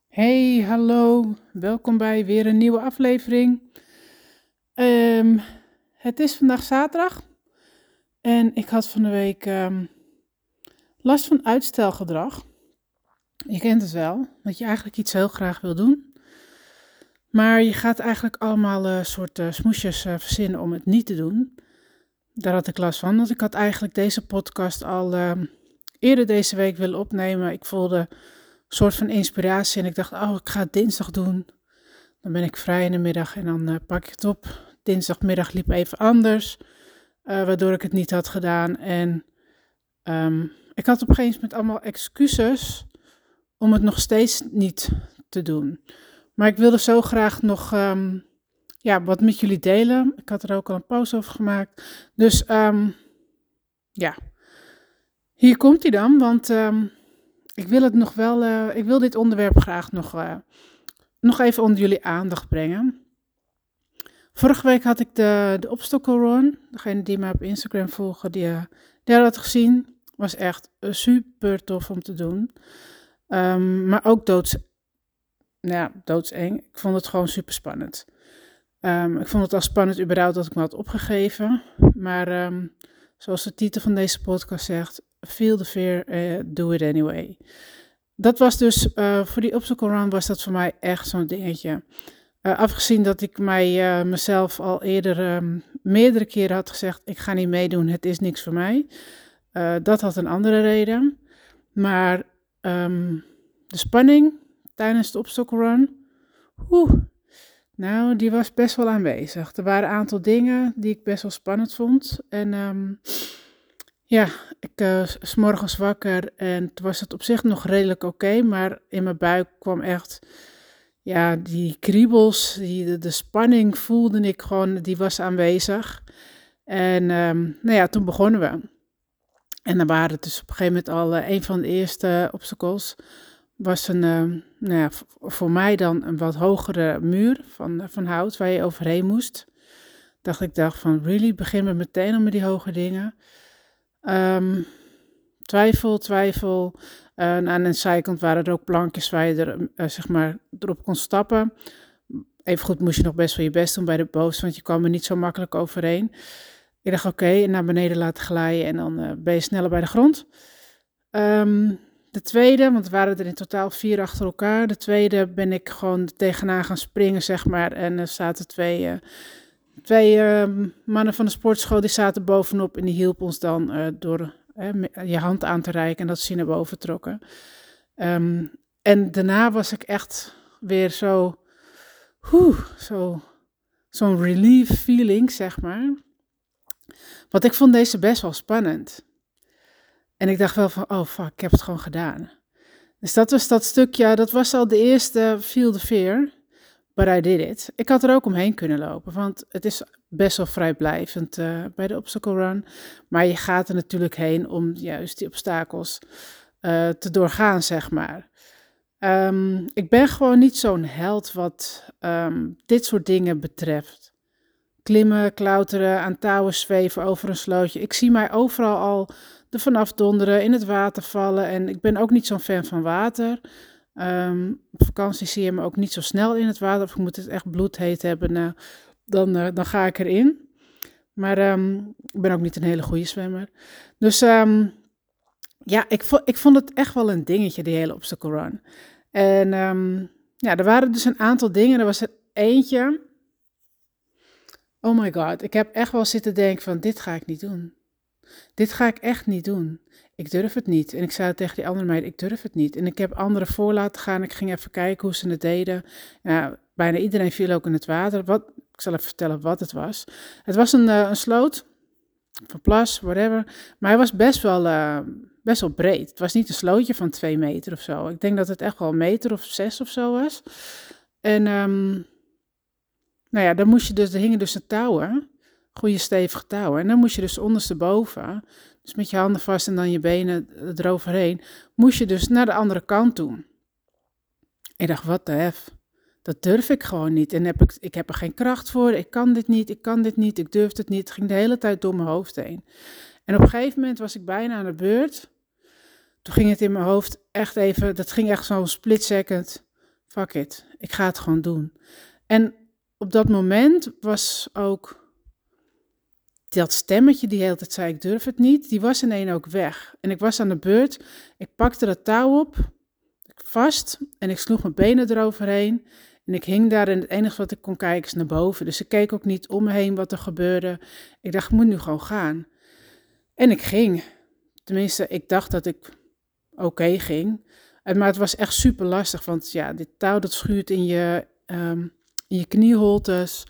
Hey, hallo. Welkom bij weer een nieuwe aflevering. Ehm, het is vandaag zaterdag en ik had van de week last van uitstelgedrag. Je kent het wel, dat je eigenlijk iets heel graag wil doen, maar je gaat eigenlijk allemaal soorten smoesjes verzinnen om het niet te doen. Daar had ik last van, want ik had eigenlijk deze podcast al eerder deze week willen opnemen. Ik voelde een soort van inspiratie en ik dacht, ik ga het dinsdag doen. Dan ben ik vrij in de middag en dan pak ik het op. Dinsdagmiddag liep even anders, waardoor ik het niet had gedaan. En ik had op een gegeven moment allemaal excuses om het nog steeds niet te doen. Maar ik wilde zo graag nog wat met jullie delen. Ik had er ook al een post over gemaakt. Dus hier komt hij dan, want ik wil het nog wel. Ik wil dit onderwerp graag nog even onder jullie aandacht brengen. Vorige week had ik de obstacle run. Degene die mij op Instagram volgen, die had dat gezien. Was echt super tof om te doen. Maar ook doodseng. Ik vond het gewoon super spannend. Ik vond het al spannend überhaupt dat ik me had opgegeven. Maar zoals de titel van deze podcast zegt, feel the fear, do it anyway. Dat was dus, voor die obstacle run was dat voor mij echt zo'n dingetje. Afgezien dat ik mezelf al eerder meerdere keren had gezegd, ik ga niet meedoen, het is niks voor mij. Dat had een andere reden. Maar de spanning tijdens de obstacle run, die was best wel aanwezig. Er waren een aantal dingen die ik best wel spannend vond. En ik 's morgens wakker en toen was het op zich nog redelijk oké, maar in mijn buik kwam echt, die kriebels, de spanning voelde ik gewoon, die was aanwezig. En toen begonnen we. En dan waren het dus op een gegeven moment al een van de eerste obstacles. Was voor mij dan een wat hogere muur van hout waar je overheen moest. Ik dacht van, really, begin we meteen al met die hoge dingen. Twijfel. Aan de zijkant waren er ook plankjes waar je erop kon stappen. Even goed moest je nog best wel je best doen bij de bovenste, want je kwam er niet zo makkelijk overheen. Ik dacht oké, naar beneden laten glijden en dan ben je sneller bij de grond. De tweede, want er waren er in totaal 4 achter elkaar. De tweede ben ik gewoon tegenaan gaan springen, zeg maar. En er zaten twee mannen van de sportschool, die zaten bovenop en die hielpen ons dan door je hand aan te reiken en dat ze naar boven trokken. En daarna was ik echt weer zo'n relief feeling, zeg maar. Want ik vond deze best wel spannend. En ik dacht wel van, oh fuck, ik heb het gewoon gedaan. Dus dat was dat stukje, dat was al de eerste feel the fear, but I did it. Ik had er ook omheen kunnen lopen, want het is best wel vrijblijvend bij de obstacle run. Maar je gaat er natuurlijk heen om juist die obstakels te doorgaan, zeg maar. Ik ben gewoon niet zo'n held wat dit soort dingen betreft. Klimmen, klauteren, aan touwen zweven over een slootje. Ik zie mij overal al er vanaf donderen, in het water vallen. En ik ben ook niet zo'n fan van water. Op vakantie zie je me ook niet zo snel in het water. Of ik moet het echt bloedheet hebben, dan ga ik erin. Maar ik ben ook niet een hele goede zwemmer. Dus ik vond het echt wel een dingetje, die hele obstacle run. En er waren dus een aantal dingen. Er was er eentje. Oh my god, ik heb echt wel zitten denken van, dit ga ik niet doen. Dit ga ik echt niet doen. Ik durf het niet. En ik zei tegen die andere meid, ik durf het niet. En ik heb anderen voor laten gaan. Ik ging even kijken hoe ze het deden. Ja, bijna iedereen viel ook in het water. Ik zal even vertellen wat het was. Het was een sloot, een plas, whatever. Maar hij was best wel breed. Het was niet een slootje van 2 meter of zo. Ik denk dat het echt wel 1 meter of 6 of zo was. En dan moest je dus, er hingen dus de touwen, goede stevige touwen. En dan moest je dus ondersteboven, dus met je handen vast en dan je benen eroverheen, moest je dus naar de andere kant toe. Ik dacht, wat de hef, dat durf ik gewoon niet. En ik heb er geen kracht voor, ik kan dit niet, ik durf het niet. Het ging de hele tijd door mijn hoofd heen. En op een gegeven moment was ik bijna aan de beurt. Toen ging het in mijn hoofd echt even, dat ging echt zo'n split second. fuck it, ik ga het gewoon doen. En op dat moment was ook dat stemmetje die de hele tijd zei, ik durf het niet, die was in één ook weg. En ik was aan de beurt, ik pakte dat touw op, vast, en ik sloeg mijn benen eroverheen. En ik hing daar en het enige wat ik kon kijken is naar boven. Dus ik keek ook niet om me heen wat er gebeurde. Ik dacht, ik moet nu gewoon gaan. En ik ging. Tenminste, ik dacht dat ik oké ging. Maar het was echt super lastig, want ja, dit touw dat schuurt in je knieholtes.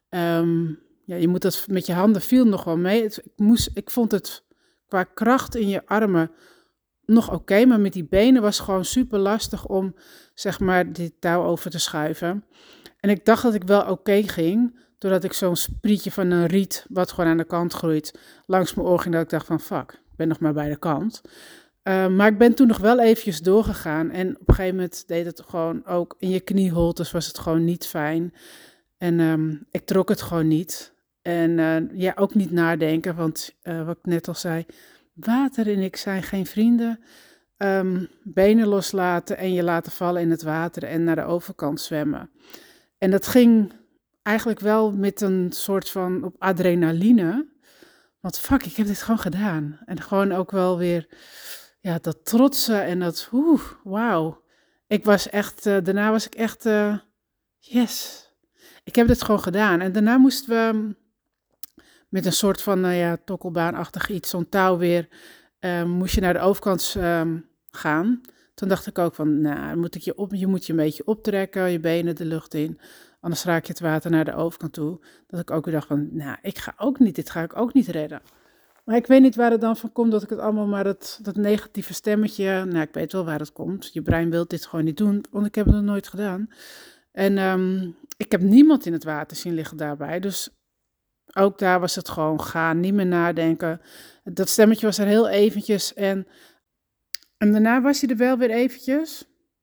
Ja, je moet dat met je handen viel nog wel mee. Ik vond het qua kracht in je armen nog oké, maar met die benen was het gewoon super lastig om, zeg maar, dit touw over te schuiven. En ik dacht dat ik wel oké ging, doordat ik zo'n sprietje van een riet, wat gewoon aan de kant groeit, langs mijn oor ging, dat ik dacht van, fuck, ik ben nog maar bij de kant. Maar ik ben toen nog wel eventjes doorgegaan en op een gegeven moment deed het gewoon ook in je knieholtes, was het gewoon niet fijn. En ik trok het gewoon niet. En ja, ook niet nadenken, want wat ik net al zei, water en ik zijn geen vrienden. Benen loslaten en je laten vallen in het water en naar de overkant zwemmen. En dat ging eigenlijk wel met een soort van op adrenaline. Want fuck, ik heb dit gewoon gedaan. En gewoon ook wel weer, ja, dat trotsen en dat, wauw. Ik was echt, daarna was ik echt, yes. Ik heb dit gewoon gedaan. En daarna moesten we met een soort van, tokkelbaanachtig iets, zo'n touw weer, moest je naar de overkant gaan. Toen dacht ik ook van, nou, je moet je een beetje optrekken, je benen de lucht in, anders raak je het water naar de overkant toe. Dat ik ook weer dacht van, nou, dit ga ik ook niet redden. Maar ik weet niet waar het dan van komt, dat ik het allemaal maar dat negatieve stemmetje, nou, ik weet wel waar het komt. Je brein wil dit gewoon niet doen, want ik heb het nog nooit gedaan. En ik heb niemand in het water zien liggen daarbij, dus ook daar was het gewoon gaan, niet meer nadenken. Dat stemmetje was er heel eventjes en daarna was hij er wel weer eventjes.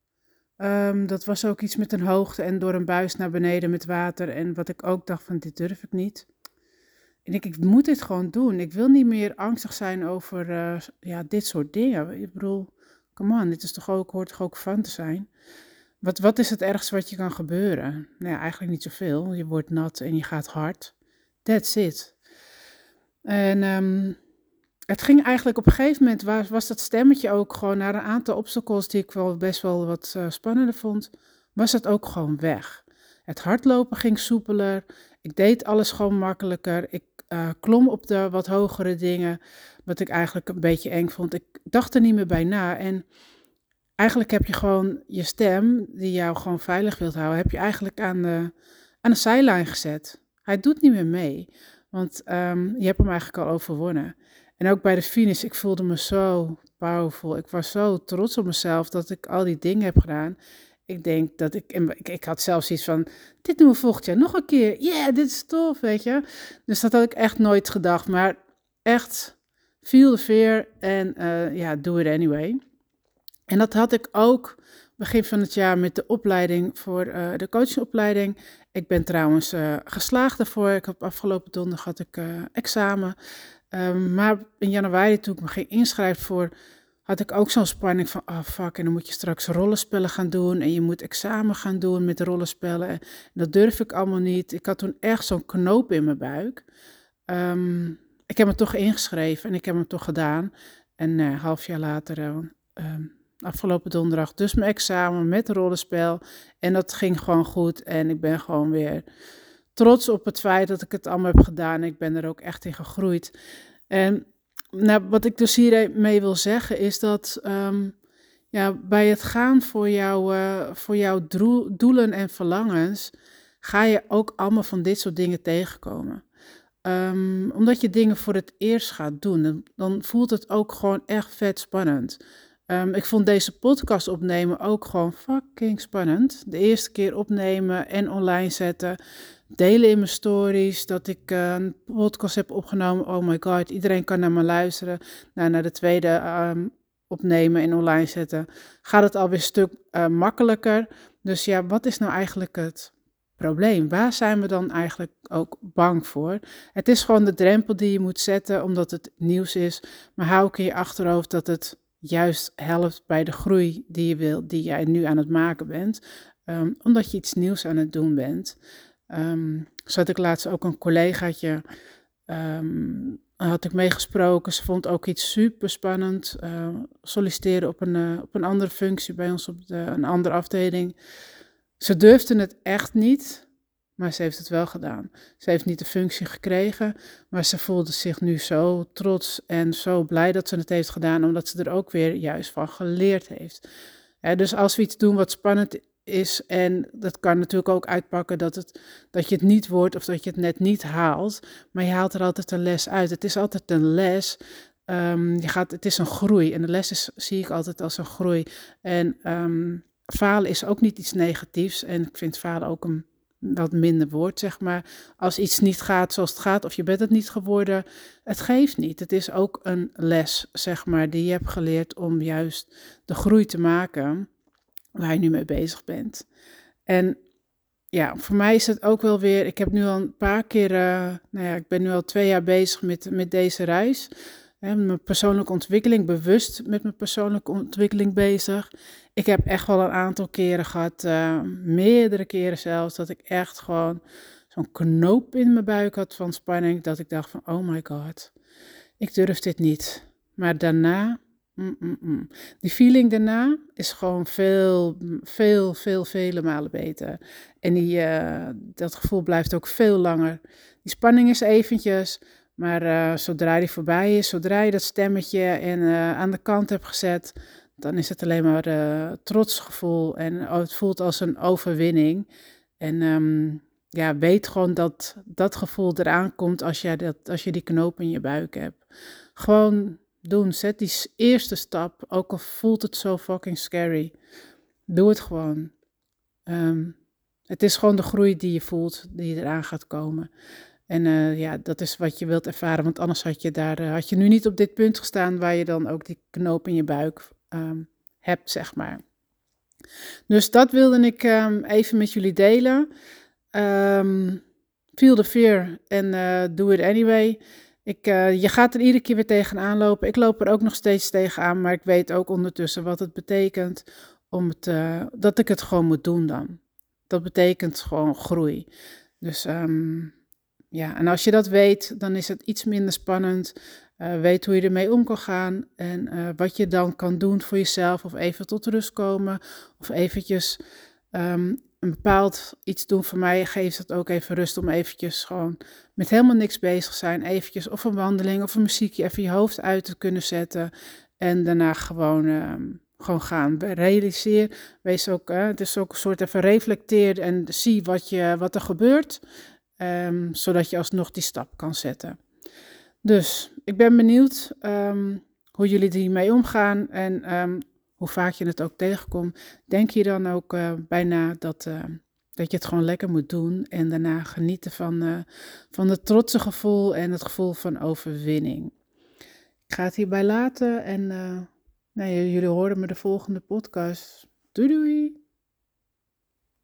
Dat was ook iets met een hoogte en door een buis naar beneden met water. En wat ik ook dacht van, dit durf ik niet. En ik moet dit gewoon doen. Ik wil niet meer angstig zijn over dit soort dingen. Ik bedoel, come on, dit is hoort toch ook fun te zijn. Wat is het ergste wat je kan gebeuren? Nou ja, eigenlijk niet zoveel. Je wordt nat en je gaat hard. That's it. En het ging eigenlijk op een gegeven moment, was dat stemmetje ook gewoon naar een aantal obstacles die ik wel best wel wat spannender vond, was het ook gewoon weg. Het hardlopen ging soepeler, ik deed alles gewoon makkelijker, ik klom op de wat hogere dingen, wat ik eigenlijk een beetje eng vond. Ik dacht er niet meer bij na en eigenlijk heb je gewoon je stem, die jou gewoon veilig wilt houden, heb je eigenlijk aan de zijlijn gezet. Hij doet niet meer mee, want je hebt hem eigenlijk al overwonnen. En ook bij de finish, ik voelde me zo powerful. Ik was zo trots op mezelf dat ik al die dingen heb gedaan. Ik denk dat ik had zelfs iets van, dit doen we volgend jaar nog een keer. Yeah, dit is tof, weet je. Dus dat had ik echt nooit gedacht. Maar echt, feel the fear en do it anyway. En dat had ik ook begin van het jaar met de opleiding voor de coachingopleiding. Ik ben trouwens geslaagd daarvoor. Ik heb afgelopen donderdag had ik examen. Maar in januari, toen ik me ging inschrijven voor, had ik ook zo'n spanning van, fuck, en dan moet je straks rollenspellen gaan doen en je moet examen gaan doen met rollenspellen. En dat durf ik allemaal niet. Ik had toen echt zo'n knoop in mijn buik. Ik heb me toch ingeschreven en ik heb hem toch gedaan. En een half jaar later, afgelopen donderdag, dus mijn examen met rollenspel. En dat ging gewoon goed en ik ben gewoon weer trots op het feit dat ik het allemaal heb gedaan. Ik ben er ook echt in gegroeid. En wat ik dus hiermee wil zeggen is dat bij het gaan voor jouw doelen en verlangens ga je ook allemaal van dit soort dingen tegenkomen. Omdat je dingen voor het eerst gaat doen, dan voelt het ook gewoon echt vet spannend. Ik vond deze podcast opnemen ook gewoon fucking spannend. De eerste keer opnemen en online zetten. Delen in mijn stories dat ik een podcast heb opgenomen. Oh my god, iedereen kan naar me luisteren. Naar de tweede opnemen en online zetten. Gaat het alweer een stuk makkelijker. Dus ja, wat is nou eigenlijk het probleem? Waar zijn we dan eigenlijk ook bang voor? Het is gewoon de drempel die je moet zetten omdat het nieuws is. Maar hou ook in je achterhoofd dat het juist helpt bij de groei die jij nu aan het maken bent. omdat je iets nieuws aan het doen bent. Zo had ik laatst ook een collegaatje, had ik meegesproken. Ze vond ook iets super spannend. Solliciteren op een andere functie bij ons op een andere afdeling. Ze durfde het echt niet, maar ze heeft het wel gedaan. Ze heeft niet de functie gekregen, maar ze voelde zich nu zo trots en zo blij dat ze het heeft gedaan, omdat ze er ook weer juist van geleerd heeft. Dus als we iets doen wat spannend is, en dat kan natuurlijk ook uitpakken dat je het niet wordt of dat je het net niet haalt, maar je haalt er altijd een les uit. Het is altijd een les. Het is een groei en de les zie ik altijd als een groei. En falen is ook niet iets negatiefs en ik vind falen ook een wat minder woord, zeg maar. Als iets niet gaat zoals het gaat of je bent het niet geworden, het geeft niet. Het is ook een les, zeg maar, die je hebt geleerd om juist de groei te maken waar je nu mee bezig bent. En ja, voor mij is het ook wel weer, ik heb nu al een paar keer, ik ben nu al 2 jaar bezig met deze reis. Mijn persoonlijke ontwikkeling, bewust met mijn persoonlijke ontwikkeling bezig. Ik heb echt wel een aantal keren gehad, meerdere keren zelfs, dat ik echt gewoon zo'n knoop in mijn buik had van spanning. Dat ik dacht van, oh my god, ik durf dit niet. Maar daarna, die feeling daarna is gewoon vele malen beter. En dat gevoel blijft ook veel langer. Die spanning is eventjes, maar zodra die voorbij is, zodra je dat stemmetje aan de kant hebt gezet, dan is het alleen maar trots gevoel en het voelt als een overwinning. En weet gewoon dat dat gevoel eraan komt als je die knoop in je buik hebt. Gewoon doen, zet die eerste stap, ook al voelt het zo fucking scary. Doe het gewoon. Het is gewoon de groei die je voelt, die eraan gaat komen. En dat is wat je wilt ervaren, want anders had je nu niet op dit punt gestaan waar je dan ook die knoop in je buik hebt, zeg maar. Dus dat wilde ik even met jullie delen. Feel the fear and do it anyway. Je gaat er iedere keer weer tegenaan lopen. Ik loop er ook nog steeds tegenaan, maar ik weet ook ondertussen wat het betekent dat ik het gewoon moet doen dan. Dat betekent gewoon groei. Dus en als je dat weet, dan is het iets minder spannend. Weet hoe je ermee om kan gaan en wat je dan kan doen voor jezelf. Of even tot rust komen of eventjes een bepaald iets doen. Voor mij geeft het ook even rust om eventjes gewoon met helemaal niks bezig zijn. Eventjes of een wandeling of een muziekje even je hoofd uit te kunnen zetten. En daarna gewoon gaan. Realiseer, wees ook, het is ook een soort even reflecteer en zie wat er gebeurt. Zodat je alsnog die stap kan zetten. Dus ik ben benieuwd hoe jullie hiermee omgaan en hoe vaak je het ook tegenkomt. Denk je dan ook bijna dat je het gewoon lekker moet doen en daarna genieten van het trotse gevoel en het gevoel van overwinning. Ik ga het hierbij laten en jullie horen me de volgende podcast. Doei doei!